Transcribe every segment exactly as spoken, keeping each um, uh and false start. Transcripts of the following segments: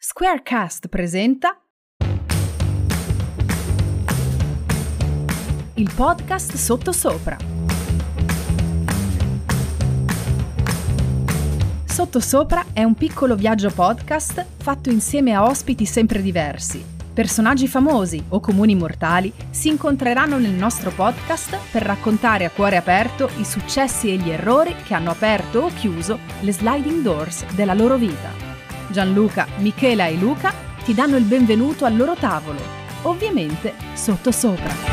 Squarecast presenta il podcast Sottosopra. Sottosopra è un piccolo viaggio podcast fatto insieme a ospiti sempre diversi. Personaggi famosi o comuni mortali si incontreranno nel nostro podcast per raccontare a cuore aperto i successi e gli errori che hanno aperto o chiuso le sliding doors della loro vita. Gianluca, Michela e Luca ti danno il benvenuto al loro tavolo, ovviamente sottosopra.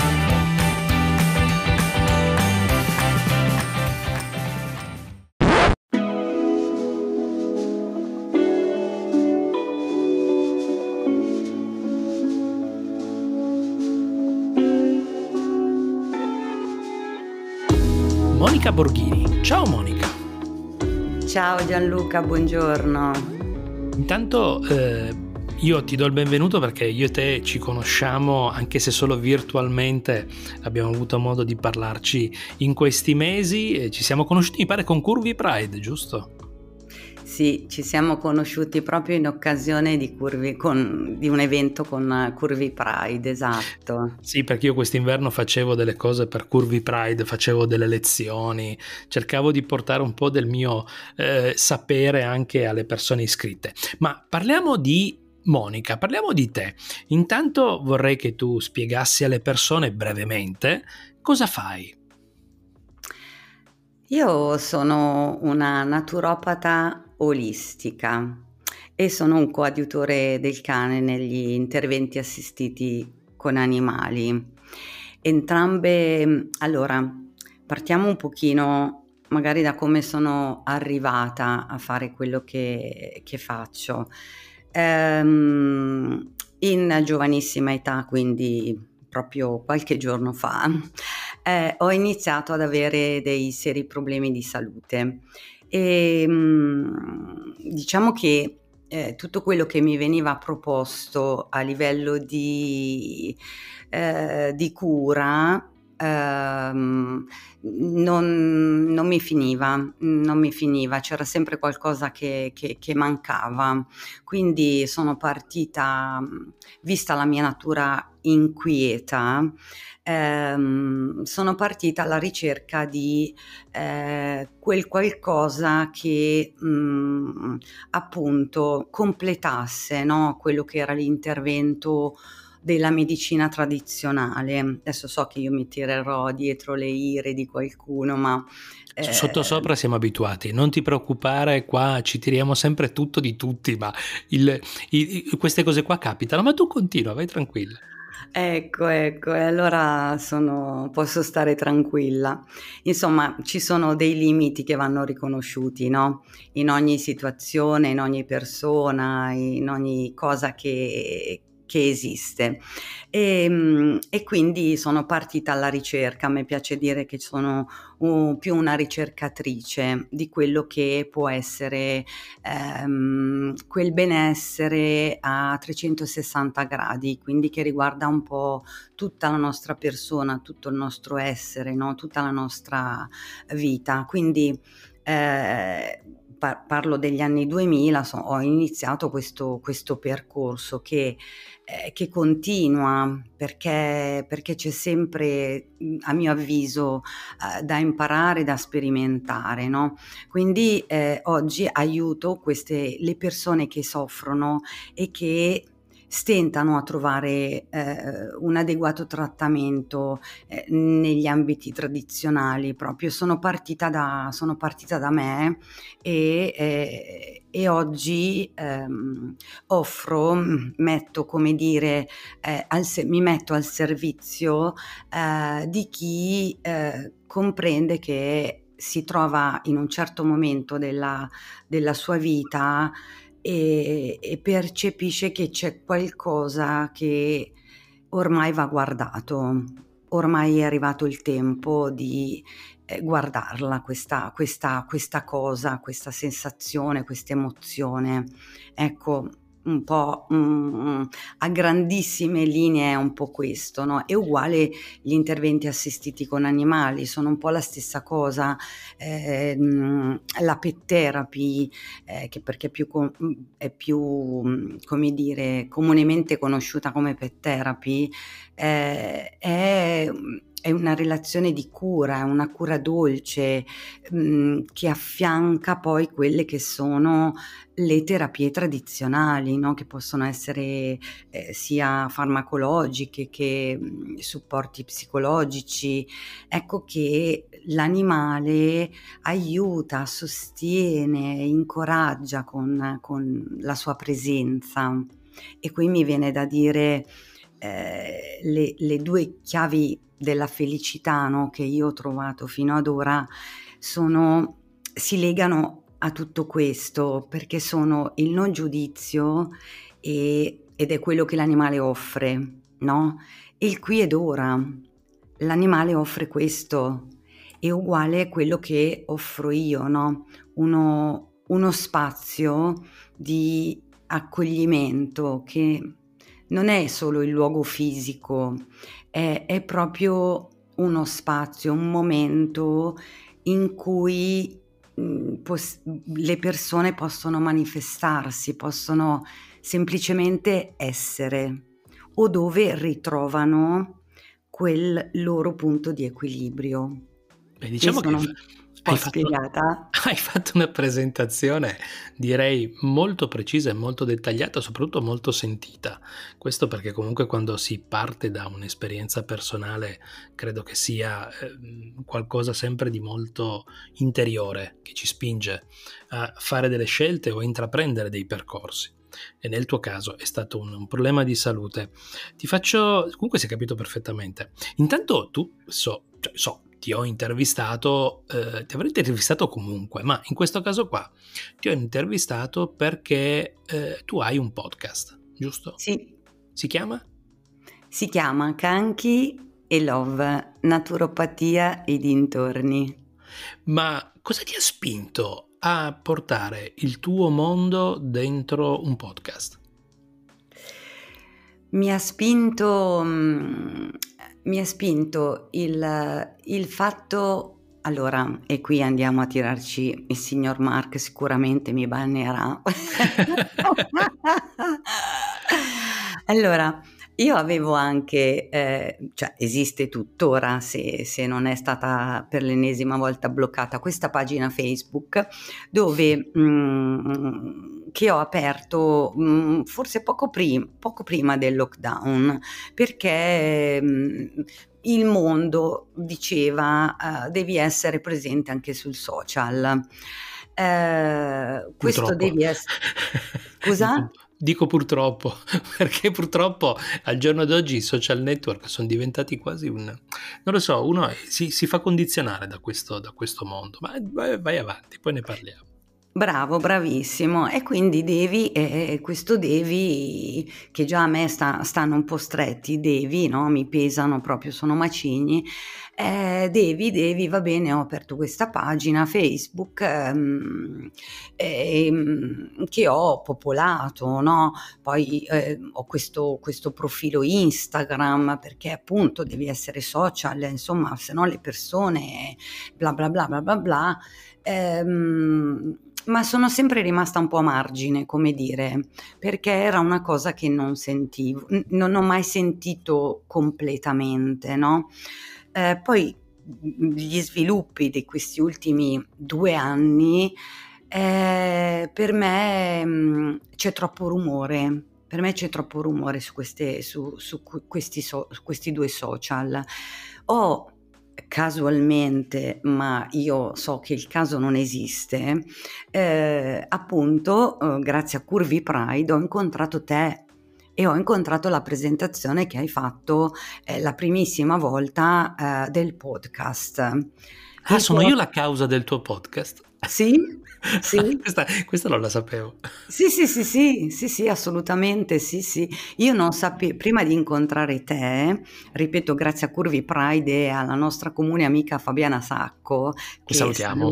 Monica Borghini. Ciao Monica. Ciao Gianluca, buongiorno. Intanto eh, io ti do il benvenuto perché io e te ci conosciamo, anche se solo virtualmente abbiamo avuto modo di parlarci in questi mesi e ci siamo conosciuti, mi pare, con Curvy Pride, giusto? Sì, ci siamo conosciuti proprio in occasione di, Curvy, con, di un evento con Curvy Pride, esatto. Sì, perché io quest'inverno facevo delle cose per Curvy Pride, facevo delle lezioni, cercavo di portare un po' del mio eh, sapere anche alle persone iscritte. Ma parliamo di Monica, parliamo di te. Intanto vorrei che tu spiegassi alle persone brevemente cosa fai. Io sono una naturopata olistica e sono un coadiutore del cane negli interventi assistiti con animali. Entrambe, allora, partiamo un pochino magari da come sono arrivata a fare quello che, che faccio. Ehm, in giovanissima età, quindi proprio qualche giorno fa, eh, ho iniziato ad avere dei seri problemi di salute e mh, diciamo che eh, tutto quello che mi veniva proposto a livello di, eh, di cura ehm, non, non mi finiva, non mi finiva, c'era sempre qualcosa che, che, che mancava, quindi sono partita, vista la mia natura inquieta, ehm, sono partita alla ricerca di eh, quel qualcosa che mh, appunto completasse, no, quello che era l'intervento della medicina tradizionale. Adesso so che io mi tirerò dietro le ire di qualcuno, ma Eh... Sottosopra siamo abituati, non ti preoccupare, qua ci tiriamo sempre tutto di tutti, ma il, i, queste cose qua capitano, ma tu continua, vai tranquilla. Ecco, ecco, e allora sono, posso stare tranquilla. Insomma, ci sono dei limiti che vanno riconosciuti, no? In ogni situazione, in ogni persona, in ogni cosa che, che esiste. E, e quindi sono partita alla ricerca. A me piace dire che sono uh, più una ricercatrice di quello che può essere ehm, quel benessere a trecentosessanta gradi, quindi che riguarda un po' tutta la nostra persona, tutto il nostro essere, no? Tutta la nostra vita. Quindi eh, parlo degli anni duemila, so, ho iniziato questo, questo percorso che, eh, che continua perché, perché c'è sempre, a mio avviso, eh, da imparare, da sperimentare, no? Quindi eh, oggi aiuto queste, le persone che soffrono e che stentano a trovare eh, un adeguato trattamento eh, negli ambiti tradizionali. Proprio sono partita da, sono partita da me e, eh, e oggi ehm, offro, metto come dire, eh, al, mi metto al servizio eh, di chi eh, comprende che si trova in un certo momento della, della sua vita e, e percepisce che c'è qualcosa che ormai va guardato, ormai è arrivato il tempo di eh, guardarla, questa, questa, questa cosa, questa sensazione, questa emozione. Ecco, un po' mm, a grandissime linee è un po' questo, no? È uguale gli interventi assistiti con animali, sono un po' la stessa cosa, eh, la pet therapy, eh, che perché è più, è più, come dire, comunemente conosciuta come pet therapy, eh, è... è una relazione di cura, è una cura dolce mh, che affianca poi quelle che sono le terapie tradizionali, no? Che possono essere eh, sia farmacologiche che mh, supporti psicologici. Ecco che l'animale aiuta, sostiene, incoraggia con, con la sua presenza. E qui mi viene da dire eh, le, le due chiavi della felicità, no, che io ho trovato fino ad ora sono, si legano a tutto questo, perché sono il non giudizio e, ed è quello che l'animale offre, no? Il qui ed ora. L'animale offre questo, è uguale a quello che offro io, no? Uno, uno spazio di accoglimento che non è solo il luogo fisico, è, è proprio uno spazio, un momento in cui mh, pos- le persone possono manifestarsi, possono semplicemente essere, o dove ritrovano quel loro punto di equilibrio. Beh, diciamo sono che un po' hai fatto, spiegata. hai fatto una presentazione, direi, molto precisa e molto dettagliata, soprattutto molto sentita. Questo perché comunque quando si parte da un'esperienza personale credo che sia eh, qualcosa sempre di molto interiore che ci spinge a fare delle scelte o a intraprendere dei percorsi. E nel tuo caso è stato un, un problema di salute. Ti faccio, comunque si è capito perfettamente. Intanto tu so, cioè, so ti ho intervistato, eh, ti avrei intervistato comunque, ma in questo caso qua ti ho intervistato perché eh, tu hai un podcast, giusto? Sì. Si chiama? Si chiama Canchi e Love, naturopatia e dintorni. Ma cosa ti ha spinto a portare il tuo mondo dentro un podcast? Mi ha spinto, mm, mi ha spinto il, il fatto, allora, e qui andiamo a tirarci, il signor Mark sicuramente mi bannerà. Allora, io avevo anche, eh, cioè esiste tuttora, se, se non è stata per l'ennesima volta bloccata, questa pagina Facebook dove mh, che ho aperto mh, forse poco, prim- poco prima del lockdown, perché mh, il mondo diceva uh, devi essere presente anche sul social. Uh, questo devi essere... Scusa? Dico purtroppo, perché purtroppo al giorno d'oggi i social network sono diventati quasi un... non lo so, uno si, si fa condizionare da questo, da questo mondo, ma vai, vai avanti, poi ne parliamo. Bravo, bravissimo. E quindi devi, eh, questo devi, che già a me sta, stanno un po' stretti, devi, no? Mi pesano proprio, sono macigni. Eh, devi, devi, va bene, ho aperto questa pagina Facebook ehm, ehm, che ho popolato, no? Poi eh, ho questo, questo profilo Instagram perché appunto devi essere social, insomma, se no le persone bla bla bla bla bla bla. Ehm, ma sono sempre rimasta un po' a margine, come dire, perché era una cosa che non sentivo, n- non ho mai sentito completamente, no? Eh, poi gli sviluppi di questi ultimi due anni, eh, per me mh, c'è troppo rumore. Per me c'è troppo rumore su, queste, su, su questi, so, su questi due social. Ho casualmente, ma io so che il caso non esiste, eh, appunto, eh, grazie a Curvy Pride ho incontrato te e ho incontrato la presentazione che hai fatto eh, la primissima volta eh, del podcast. Ah, sono io la causa del tuo podcast? Sì, sì. questa, questa non la sapevo. Sì, sì, sì, sì, sì, sì, assolutamente, sì, sì. Io non sapevo, prima di incontrare te, ripeto, grazie a Curvy Pride e alla nostra comune amica Fabiana Sacco, Che che salutiamo. saluto,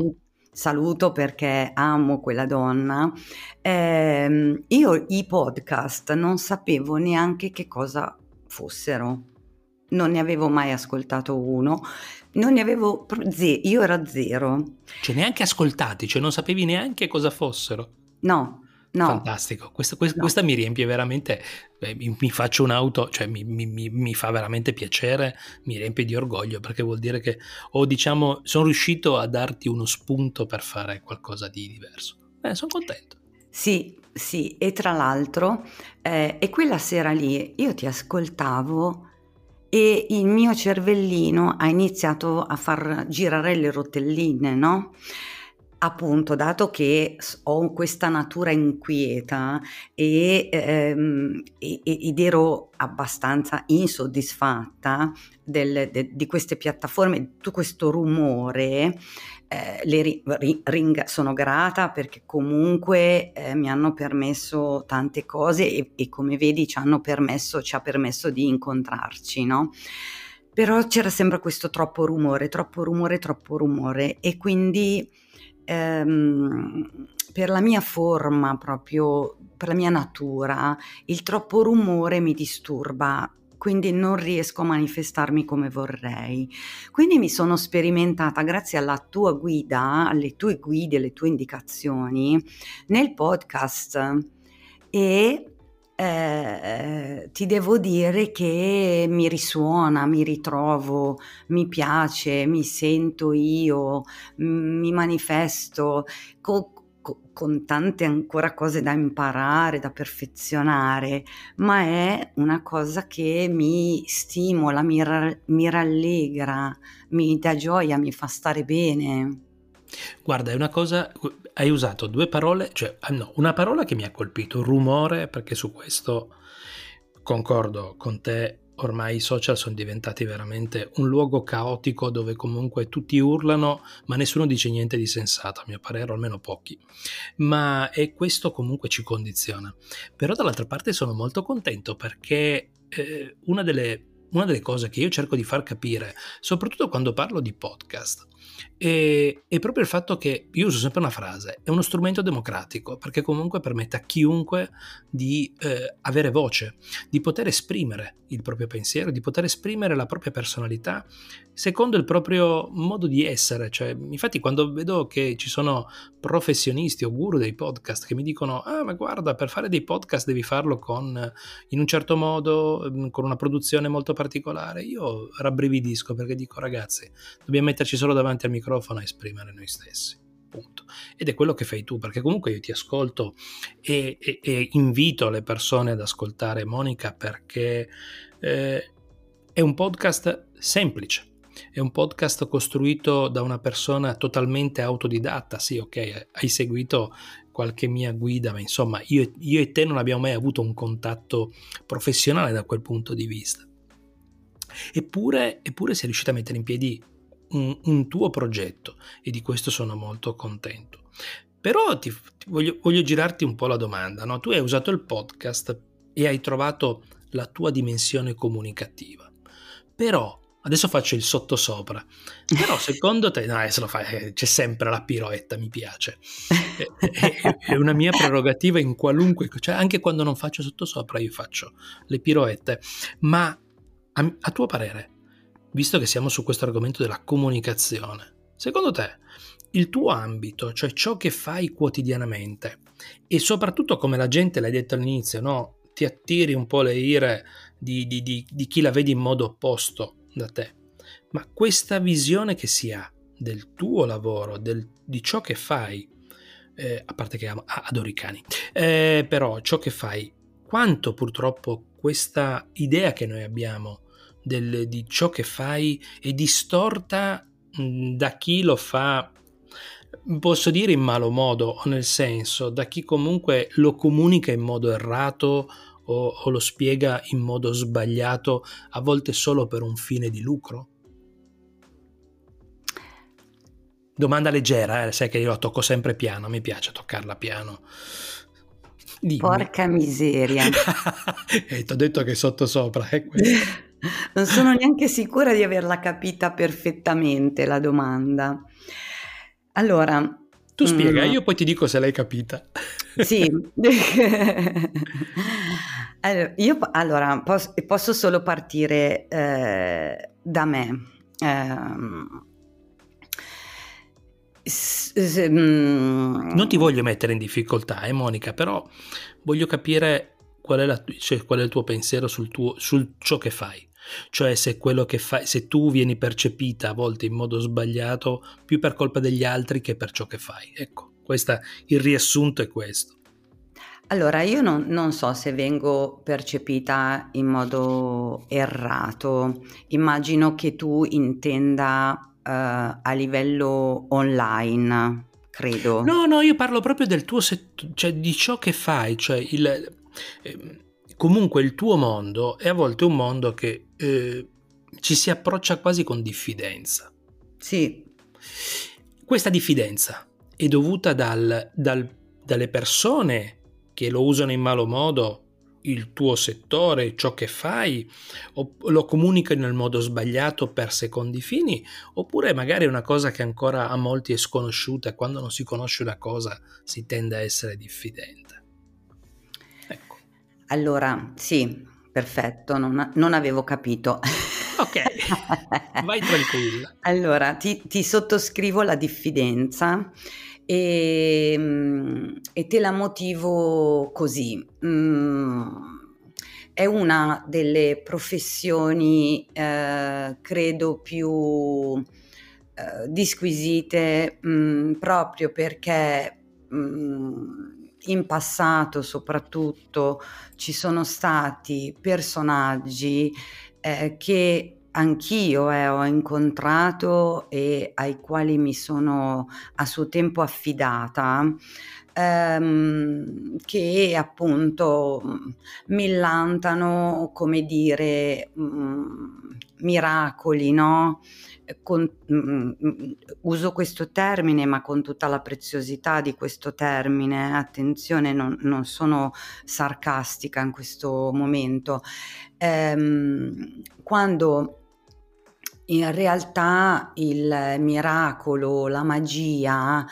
saluto perché amo quella donna, ehm, io i podcast non sapevo neanche che cosa fossero, non ne avevo mai ascoltato uno, non ne avevo, ze- io ero a zero. Cioè neanche ascoltati, cioè non sapevi neanche cosa fossero. No, no. Fantastico, questa, questa, no. questa mi riempie veramente, eh, mi, mi faccio un'auto, cioè mi, mi, mi fa veramente piacere, mi riempie di orgoglio, perché vuol dire che ho, diciamo, sono riuscito a darti uno spunto per fare qualcosa di diverso. Eh, sono contento. Sì, sì, e tra l'altro, eh, e quella sera lì io ti ascoltavo e il mio cervellino ha iniziato a far girare le rotelline, no? Appunto, dato che ho questa natura inquieta e, ehm, e, ed ero abbastanza insoddisfatta del, de, di queste piattaforme, di tutto questo rumore, eh, le ri, ri, ring, sono grata perché comunque eh, mi hanno permesso tante cose e, e come vedi ci hanno permesso, ci ha permesso di incontrarci, no? Però c'era sempre questo troppo rumore, troppo rumore, troppo rumore e quindi ehm, per la mia forma, proprio per la mia natura, il troppo rumore mi disturba, quindi non riesco a manifestarmi come vorrei. Quindi mi sono sperimentata grazie alla tua guida, alle tue guide, alle tue indicazioni nel podcast e eh, ti devo dire che mi risuona, mi ritrovo, mi piace, mi sento io, mi manifesto co- co- con tante ancora cose da imparare, da perfezionare, ma è una cosa che mi stimola, mi, ra- mi rallegra, mi dà gioia, mi fa stare bene. Guarda, è una cosa, hai usato due parole, cioè no, una parola che mi ha colpito, rumore, perché su questo concordo con te, ormai i social sono diventati veramente un luogo caotico dove comunque tutti urlano, ma nessuno dice niente di sensato, a mio parere, o almeno pochi. Ma e questo comunque ci condiziona. Però dall'altra parte sono molto contento perché eh, una delle, una delle cose che io cerco di far capire, soprattutto quando parlo di podcast, E, è proprio il fatto che io uso sempre una frase, è uno strumento democratico perché comunque permette a chiunque di eh, avere voce, di poter esprimere il proprio pensiero, di poter esprimere la propria personalità secondo il proprio modo di essere. Cioè, infatti quando vedo che ci sono professionisti o guru dei podcast che mi dicono ah ma guarda, per fare dei podcast devi farlo con in un certo modo, con una produzione molto particolare, io rabbrividisco perché dico ragazzi, dobbiamo metterci solo davanti al microfono a esprimere noi stessi, punto. Ed è quello che fai tu, perché comunque io ti ascolto e, e, e invito le persone ad ascoltare Monica perché eh, è un podcast semplice, è un podcast costruito da una persona totalmente autodidatta. Sì, ok, hai seguito qualche mia guida, ma insomma io, io e te non abbiamo mai avuto un contatto professionale da quel punto di vista. Eppure, eppure sei riuscita a mettere in piedi un, un tuo progetto e di questo sono molto contento. Però ti, ti voglio, voglio girarti un po' la domanda, no? Tu hai usato il podcast e hai trovato la tua dimensione comunicativa, però adesso faccio il sottosopra, però secondo te, no adesso lo fai, c'è sempre la piroetta, mi piace, è, è, è una mia prerogativa in qualunque, cioè anche quando non faccio sottosopra io faccio le piroette, ma a, a tuo parere, visto che siamo su questo argomento della comunicazione, secondo te il tuo ambito, cioè ciò che fai quotidianamente e soprattutto come la gente, l'hai detto all'inizio, no? Ti attiri un po' le ire di, di, di, di chi la vede in modo opposto da te, ma questa visione che si ha del tuo lavoro, del, di ciò che fai, eh, a parte che amo, ah, adoro i cani, eh, però ciò che fai, quanto purtroppo questa idea che noi abbiamo del, di ciò che fai è distorta mh, da chi lo fa, posso dire in malo modo, o nel senso da chi comunque lo comunica in modo errato o, o lo spiega in modo sbagliato, a volte solo per un fine di lucro? Domanda leggera, eh? Sai che io la tocco sempre piano, mi piace toccarla piano. Dimmi. Porca miseria. E ti ho detto che sotto sopra è non sono neanche sicura di averla capita perfettamente la domanda. Allora, Tu spiega, Mm, io poi ti dico se l'hai capita. sì. Allora, io po- allora, pos- posso solo partire eh, da me. Ehm, s- s- Non ti mm, voglio mettere in difficoltà, eh, Monica, però voglio capire qual è, la, cioè, qual è il tuo pensiero sul, tuo, sul ciò che fai. Cioè se quello che fai, se tu vieni percepita a volte in modo sbagliato più per colpa degli altri che per ciò che fai. Ecco, questa, il riassunto è questo. Allora, io non, non so se vengo percepita in modo errato. Immagino che tu intenda eh, a livello online, credo. No, no, io parlo proprio del tuo settore, cioè di ciò che fai, cioè il, eh, comunque il tuo mondo è a volte un mondo che eh, ci si approccia quasi con diffidenza. Sì. Questa diffidenza è dovuta dal, dal, dalle persone che lo usano in malo modo, il tuo settore, ciò che fai, o lo comunicano nel modo sbagliato per secondi fini, oppure magari è una cosa che ancora a molti è sconosciuta e quando non si conosce una cosa si tende a essere diffidente. Ecco. Allora, sì, perfetto, non, non avevo capito. Ok, vai tranquilla. Allora, ti, ti sottoscrivo la diffidenza e, mm, e te la motivo così. Mm, è una delle professioni, eh, credo, più eh, disquisite, mm, proprio perché mm, in passato soprattutto ci sono stati personaggi eh, che anch'io eh, ho incontrato e ai quali mi sono a suo tempo affidata, ehm, che appunto mh, millantano, come dire, mh, miracoli, no? Con, mh, mh, uso questo termine, ma con tutta la preziosità di questo termine, attenzione, non, non sono sarcastica in questo momento. Ehm, quando in realtà il miracolo, la magia,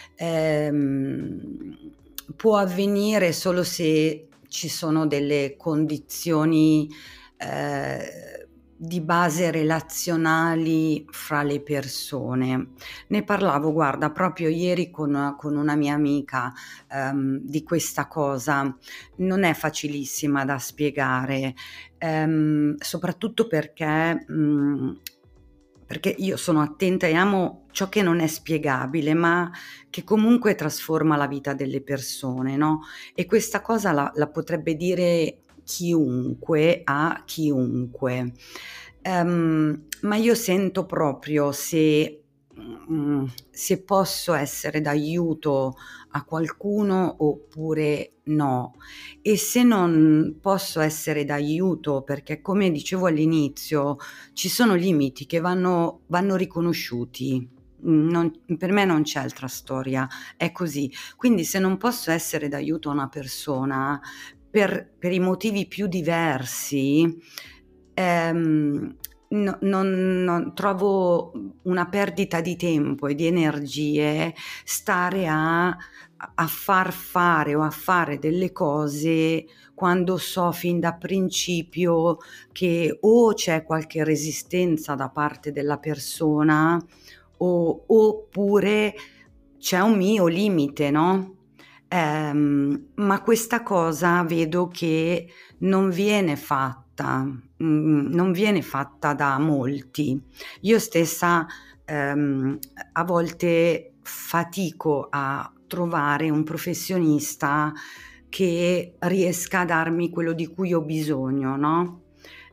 ehm, può avvenire solo se ci sono delle condizioni eh, di base relazionali fra le persone. Ne parlavo, guarda, proprio ieri con, con una mia amica ehm, di questa cosa. Non è facilissima da spiegare, ehm, soprattutto perché... mh, perché io sono attenta e amo ciò che non è spiegabile, ma che comunque trasforma la vita delle persone, no? E questa cosa la, la potrebbe dire chiunque a chiunque. Ehm, ma io sento proprio se, mm, se posso essere d'aiuto a qualcuno oppure no. E se non posso essere d'aiuto, perché come dicevo all'inizio, ci sono limiti che vanno, vanno riconosciuti. Non- per me non c'è altra storia, è così. Quindi se non posso essere d'aiuto a una persona per, per i motivi più diversi, ehm, no- non, non- trovo una perdita di tempo e di energie stare a, a far fare o a fare delle cose quando so fin da principio che o c'è qualche resistenza da parte della persona o, oppure c'è un mio limite, no? Ehm, ma questa cosa vedo che non viene fatta, mm, non viene fatta da molti. Io stessa ehm, a volte fatico a trovare un professionista che riesca a darmi quello di cui ho bisogno, no?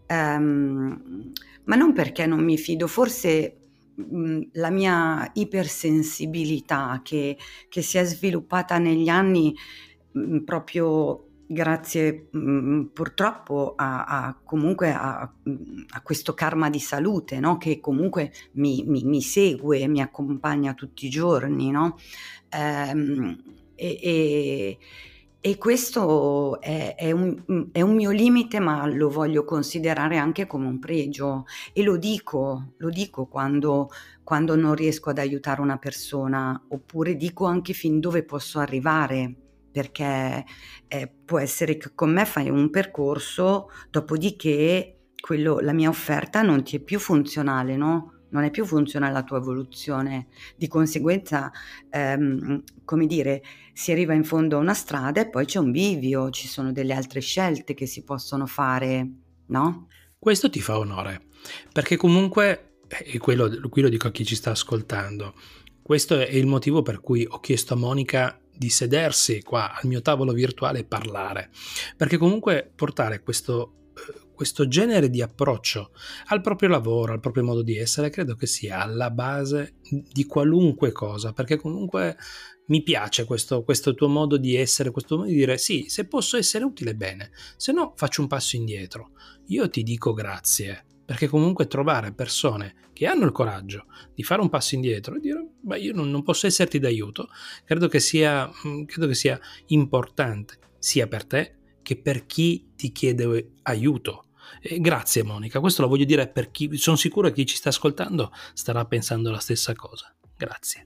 Ehm, ma non perché non mi fido, forse mh, la mia ipersensibilità che, che si è sviluppata negli anni mh, proprio grazie mh, purtroppo a, a comunque a, a questo karma di salute, no? Che comunque mi, mi, mi segue, mi accompagna tutti i giorni, no? Ehm, e, e E questo è, è, un, è un mio limite, ma lo voglio considerare anche come un pregio, e lo dico, lo dico quando, quando non riesco ad aiutare una persona, oppure dico anche fin dove posso arrivare, perché eh, può essere che con me fai un percorso, dopodiché quello, la mia offerta non ti è più funzionale, no? Non è più funzionale alla tua evoluzione, di conseguenza, ehm, come dire, si arriva in fondo a una strada e poi c'è un bivio, ci sono delle altre scelte che si possono fare, no? Questo ti fa onore, perché comunque, e quello, qui lo dico a chi ci sta ascoltando, questo è il motivo per cui ho chiesto a Monica di sedersi qua al mio tavolo virtuale e parlare, perché comunque portare questo questo genere di approccio al proprio lavoro, al proprio modo di essere, credo che sia alla base di qualunque cosa, perché comunque mi piace questo, questo tuo modo di essere, questo modo di dire sì, se posso essere utile bene, se no faccio un passo indietro. Io ti dico grazie, perché comunque trovare persone che hanno il coraggio di fare un passo indietro e dire ma io non, non posso esserti d'aiuto, credo che sia, credo che sia importante sia per te che per chi ti chiede aiuto. Eh, grazie Monica, questo lo voglio dire per chi, sono sicuro che chi ci sta ascoltando starà pensando la stessa cosa. Grazie.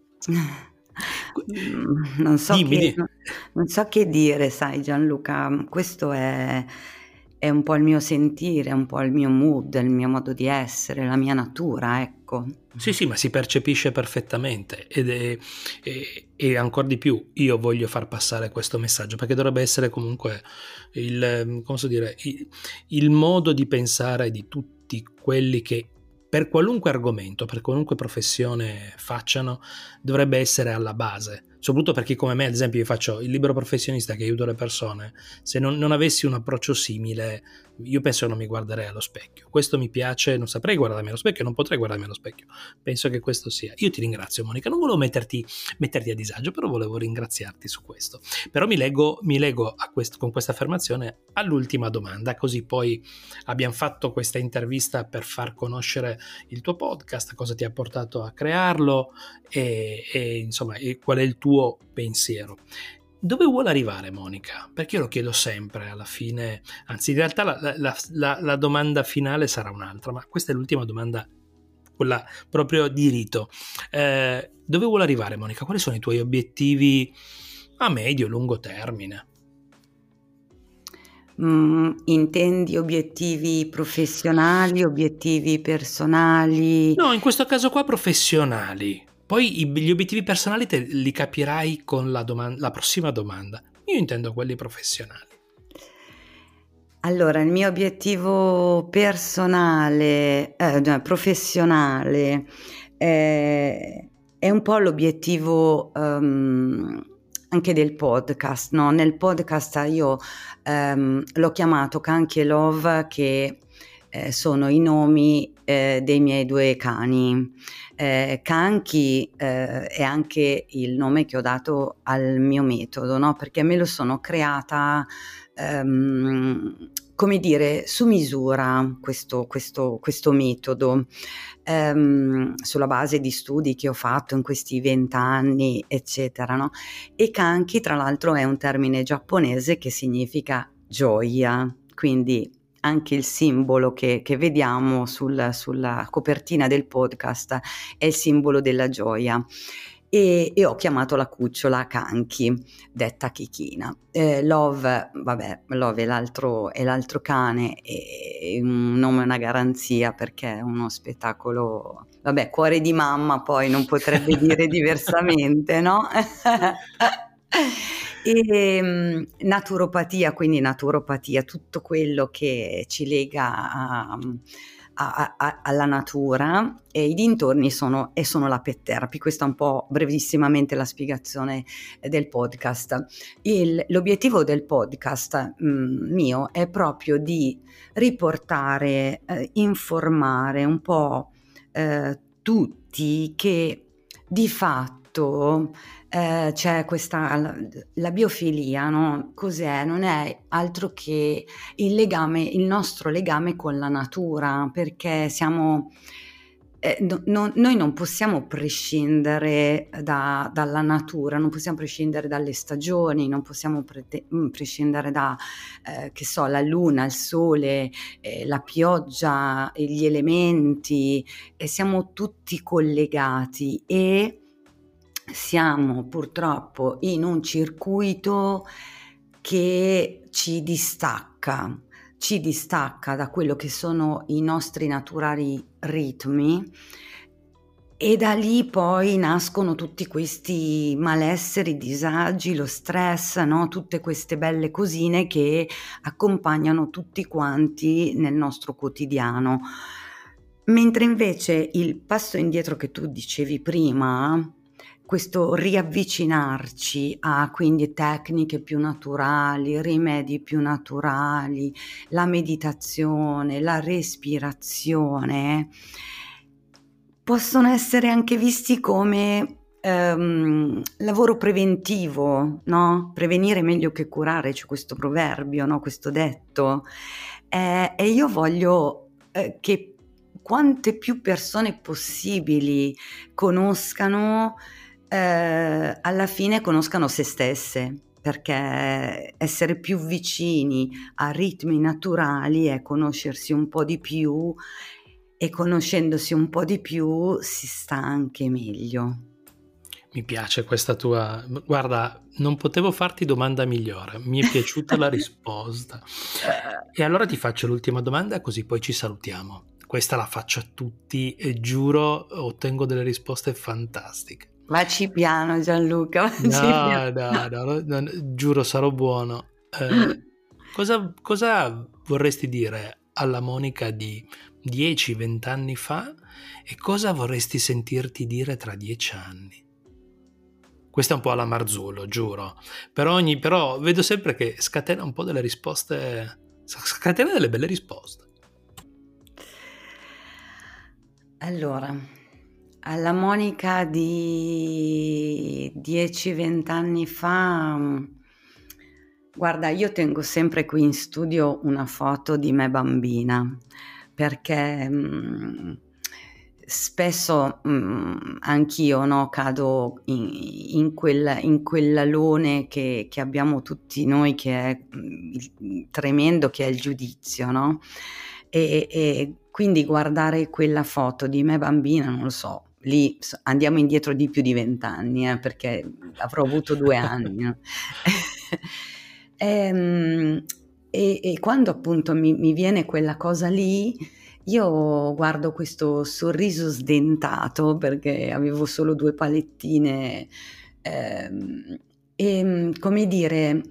Non so, dimmi, che, dimmi. non so che dire, sai Gianluca, questo è, è un po' il mio sentire, un po' il mio mood, il mio modo di essere, la mia natura, ecco. Sì, sì, ma si percepisce perfettamente ed è, è, e ancora di più io voglio far passare questo messaggio, perché dovrebbe essere comunque il, come posso dire, il, il modo di pensare di tutti quelli che per qualunque argomento, per qualunque professione facciano, dovrebbe essere alla base. Soprattutto per chi come me, ad esempio, io faccio il libero professionista che aiuto le persone. Se non, non avessi un approccio simile, io penso che non mi guarderei allo specchio. Questo mi piace, non saprei guardarmi allo specchio, non potrei guardarmi allo specchio. Penso che questo sia. Io ti ringrazio Monica, non volevo metterti, metterti a disagio, però volevo ringraziarti su questo. Però mi leggo, mi leggo a questo, con questa affermazione all'ultima domanda, così poi abbiamo fatto questa intervista per far conoscere il tuo podcast, cosa ti ha portato a crearlo e, e insomma e qual è il tuo pensiero. Dove vuole arrivare Monica? Perché io lo chiedo sempre alla fine, anzi in realtà la, la, la, la domanda finale sarà un'altra, ma questa è l'ultima domanda, quella proprio di rito. Eh, dove vuole arrivare Monica? Quali sono i tuoi obiettivi a medio e lungo termine? Mm, intendi obiettivi professionali, obiettivi personali? No, in questo caso qua professionali. Poi i, gli obiettivi personali te li capirai con la, domanda, la prossima domanda. Io intendo quelli professionali. Allora, il mio obiettivo personale, eh, professionale, eh, è un po' l'obiettivo um, anche del podcast, no? Nel podcast io um, l'ho chiamato Kanchi e Love, che eh, sono i nomi eh, dei miei due cani. Eh, Kanchi eh, è anche il nome che ho dato al mio metodo, no? Perché me lo sono creata Um, come dire, su misura questo, questo, questo metodo, um, sulla base di studi che ho fatto in questi vent'anni, eccetera, no? E Kanchi, tra l'altro, è un termine giapponese che significa gioia, quindi anche il simbolo che, che vediamo sul, sulla copertina del podcast è il simbolo della gioia. E, e ho chiamato la cucciola Kanchi, detta Chichina. Eh, Love, vabbè, Love è l'altro, è l'altro cane, e un nome è una garanzia perché è uno spettacolo, vabbè, cuore di mamma poi non potrebbe dire diversamente, no? E um, naturopatia, quindi naturopatia, tutto quello che ci lega a... A, a, alla natura, e i dintorni sono, e sono la pet therapy. Questa è un po' brevissimamente la spiegazione del podcast. Il, l'obiettivo del podcast mh, mio è proprio di riportare, eh, informare un po' eh, tutti che di fatto eh, c'è questa, la, la biofilia, no? Cos'è? Non è altro che il legame, il nostro legame con la natura, perché siamo, Eh, no- no- noi non possiamo prescindere da- dalla natura, non possiamo prescindere dalle stagioni, non possiamo prete- mm, prescindere da, eh, che so, la luna, il sole, eh, la pioggia, e gli elementi, e siamo tutti collegati e siamo purtroppo in un circuito che ci distacca ci distacca da quello che sono i nostri naturali ritmi, e da lì poi nascono tutti questi malesseri, disagi, lo stress, no? Tutte queste belle cosine che accompagnano tutti quanti nel nostro quotidiano. Mentre invece il passo indietro che tu dicevi prima, questo riavvicinarci a quindi tecniche più naturali, rimedi più naturali, la meditazione, la respirazione, possono essere anche visti come ehm, lavoro preventivo, no? Prevenire è meglio che curare, c'è questo proverbio, no? Questo detto. Eh, e io voglio eh, che quante più persone possibili conoscano, eh, alla fine conoscano se stesse, perché essere più vicini a ritmi naturali è conoscersi un po' di più, e conoscendosi un po' di più si sta anche meglio. Mi piace questa tua... Guarda, non potevo farti domanda migliore, mi è piaciuta la risposta. E allora ti faccio l'ultima domanda, così poi ci salutiamo. Questa la faccio a tutti e giuro ottengo delle risposte fantastiche. Vacci piano, Gianluca, vacci No, piano. no, no, no, no, giuro sarò buono. Eh, cosa, cosa vorresti dire alla Monica di dieci venti anni fa e cosa vorresti sentirti dire tra dieci anni? Questa è un po' alla Marzullo, giuro. Per ogni, però vedo sempre che scatena un po' delle risposte, scatena delle belle risposte. Allora, alla Monica di dieci venti anni fa, guarda, io tengo sempre qui in studio una foto di me bambina, perché mh, spesso mh, anch'io, no, cado in, in, quel, in quell'alone che, che abbiamo tutti noi, che è mh, il, tremendo, che è il giudizio, no? E, e quindi guardare quella foto di me bambina, non lo so, lì andiamo indietro di più di vent'anni, eh, perché avrò avuto due anni. No? e, e, e quando appunto mi, mi viene quella cosa lì, io guardo questo sorriso sdentato, perché avevo solo due palettine, ehm, e come dire,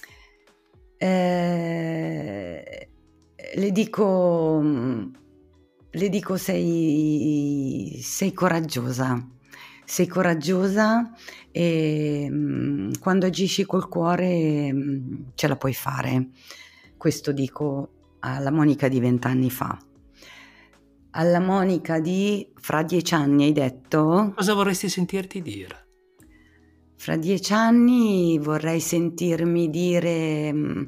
eh, le dico, le dico sei, sei coraggiosa, sei coraggiosa e mh, quando agisci col cuore mh, ce la puoi fare. Questo dico alla Monica di vent'anni fa. Alla Monica di fra dieci anni hai detto? Cosa vorresti sentirti dire? Fra dieci anni vorrei sentirmi dire, mh,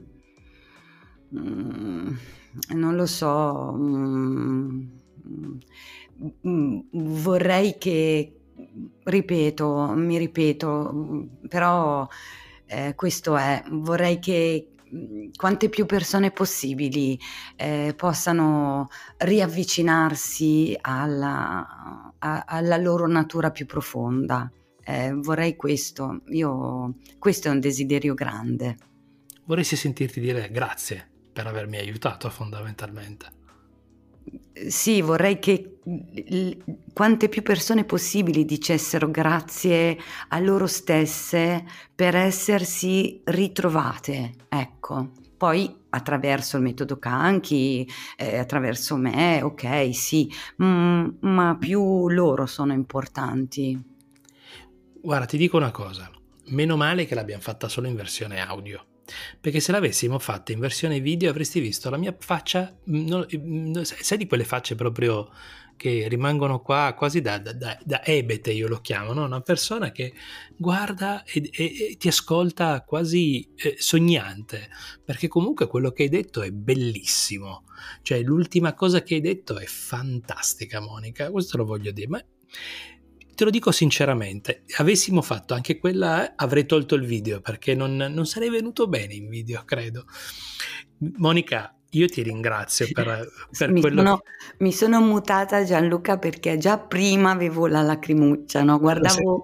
mh, non lo so, mh, mh, vorrei che, ripeto, mi ripeto, però eh, questo è, vorrei che quante più persone possibili eh, possano riavvicinarsi alla, a, alla loro natura più profonda. Eh, vorrei questo, io, questo è un desiderio grande. Vorresti sentirti dire grazie per avermi aiutato fondamentalmente. Sì, vorrei che quante più persone possibili dicessero grazie a loro stesse per essersi ritrovate, ecco. Poi attraverso il metodo Kanki, eh, attraverso me, ok, sì, mm, ma più loro sono importanti. Guarda, ti dico una cosa, meno male che l'abbiamo fatta solo in versione audio. Perché se l'avessimo fatta in versione video avresti visto la mia faccia, non, sai di quelle facce proprio che rimangono qua quasi da, da, da, da ebete, io lo chiamo, no? Una persona che guarda e, e, e ti ascolta quasi eh, sognante, perché comunque quello che hai detto è bellissimo, cioè l'ultima cosa che hai detto è fantastica, Monica, questo lo voglio dire, ma te lo dico sinceramente, avessimo fatto anche quella, eh, avrei tolto il video, perché non, non sarei venuto bene in video, credo. Monica, io ti ringrazio per, per mi, quello sono, che... mi sono mutata, Gianluca, perché già prima avevo la lacrimuccia, no? Guardavo...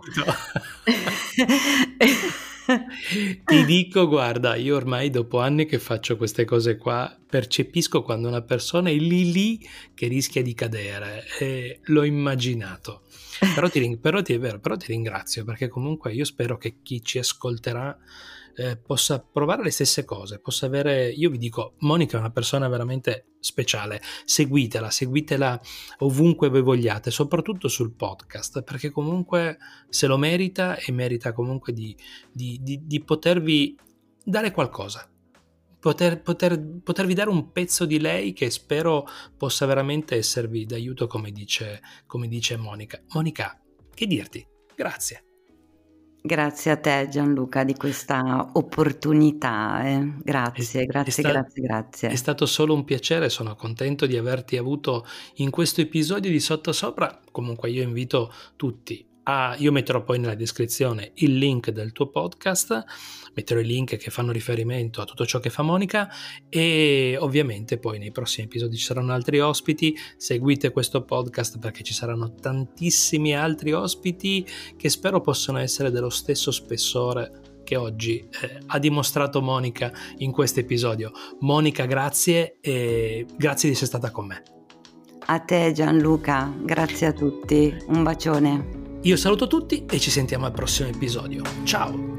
Ti dico, guarda, io ormai dopo anni che faccio queste cose qua, percepisco quando una persona è lì lì che rischia di cadere, e l'ho immaginato. Però ti, però, ti, è vero, però ti ringrazio, perché comunque io spero che chi ci ascolterà eh, possa provare le stesse cose, possa avere... Io vi dico, Monica è una persona veramente speciale, seguitela, seguitela ovunque voi vogliate, soprattutto sul podcast, perché comunque se lo merita, e merita comunque di, di, di, di potervi dare qualcosa, poter, poter, potervi dare un pezzo di lei che spero possa veramente esservi d'aiuto, come dice, come dice Monica. Monica, che dirti? Grazie. Grazie a te, Gianluca, di questa opportunità. Eh. Grazie, È, grazie, è sta- grazie, grazie. È stato solo un piacere, sono contento di averti avuto in questo episodio di Sottosopra. Comunque io invito tutti a... Io metterò poi nella descrizione il link del tuo podcast, metterò i link che fanno riferimento a tutto ciò che fa Monica, e ovviamente poi nei prossimi episodi ci saranno altri ospiti. Seguite questo podcast perché ci saranno tantissimi altri ospiti che spero possano essere dello stesso spessore che oggi eh, ha dimostrato Monica in questo episodio. Monica, grazie, e grazie di essere stata con me. A te, Gianluca, grazie a tutti, un bacione. Io saluto tutti e ci sentiamo al prossimo episodio. Ciao!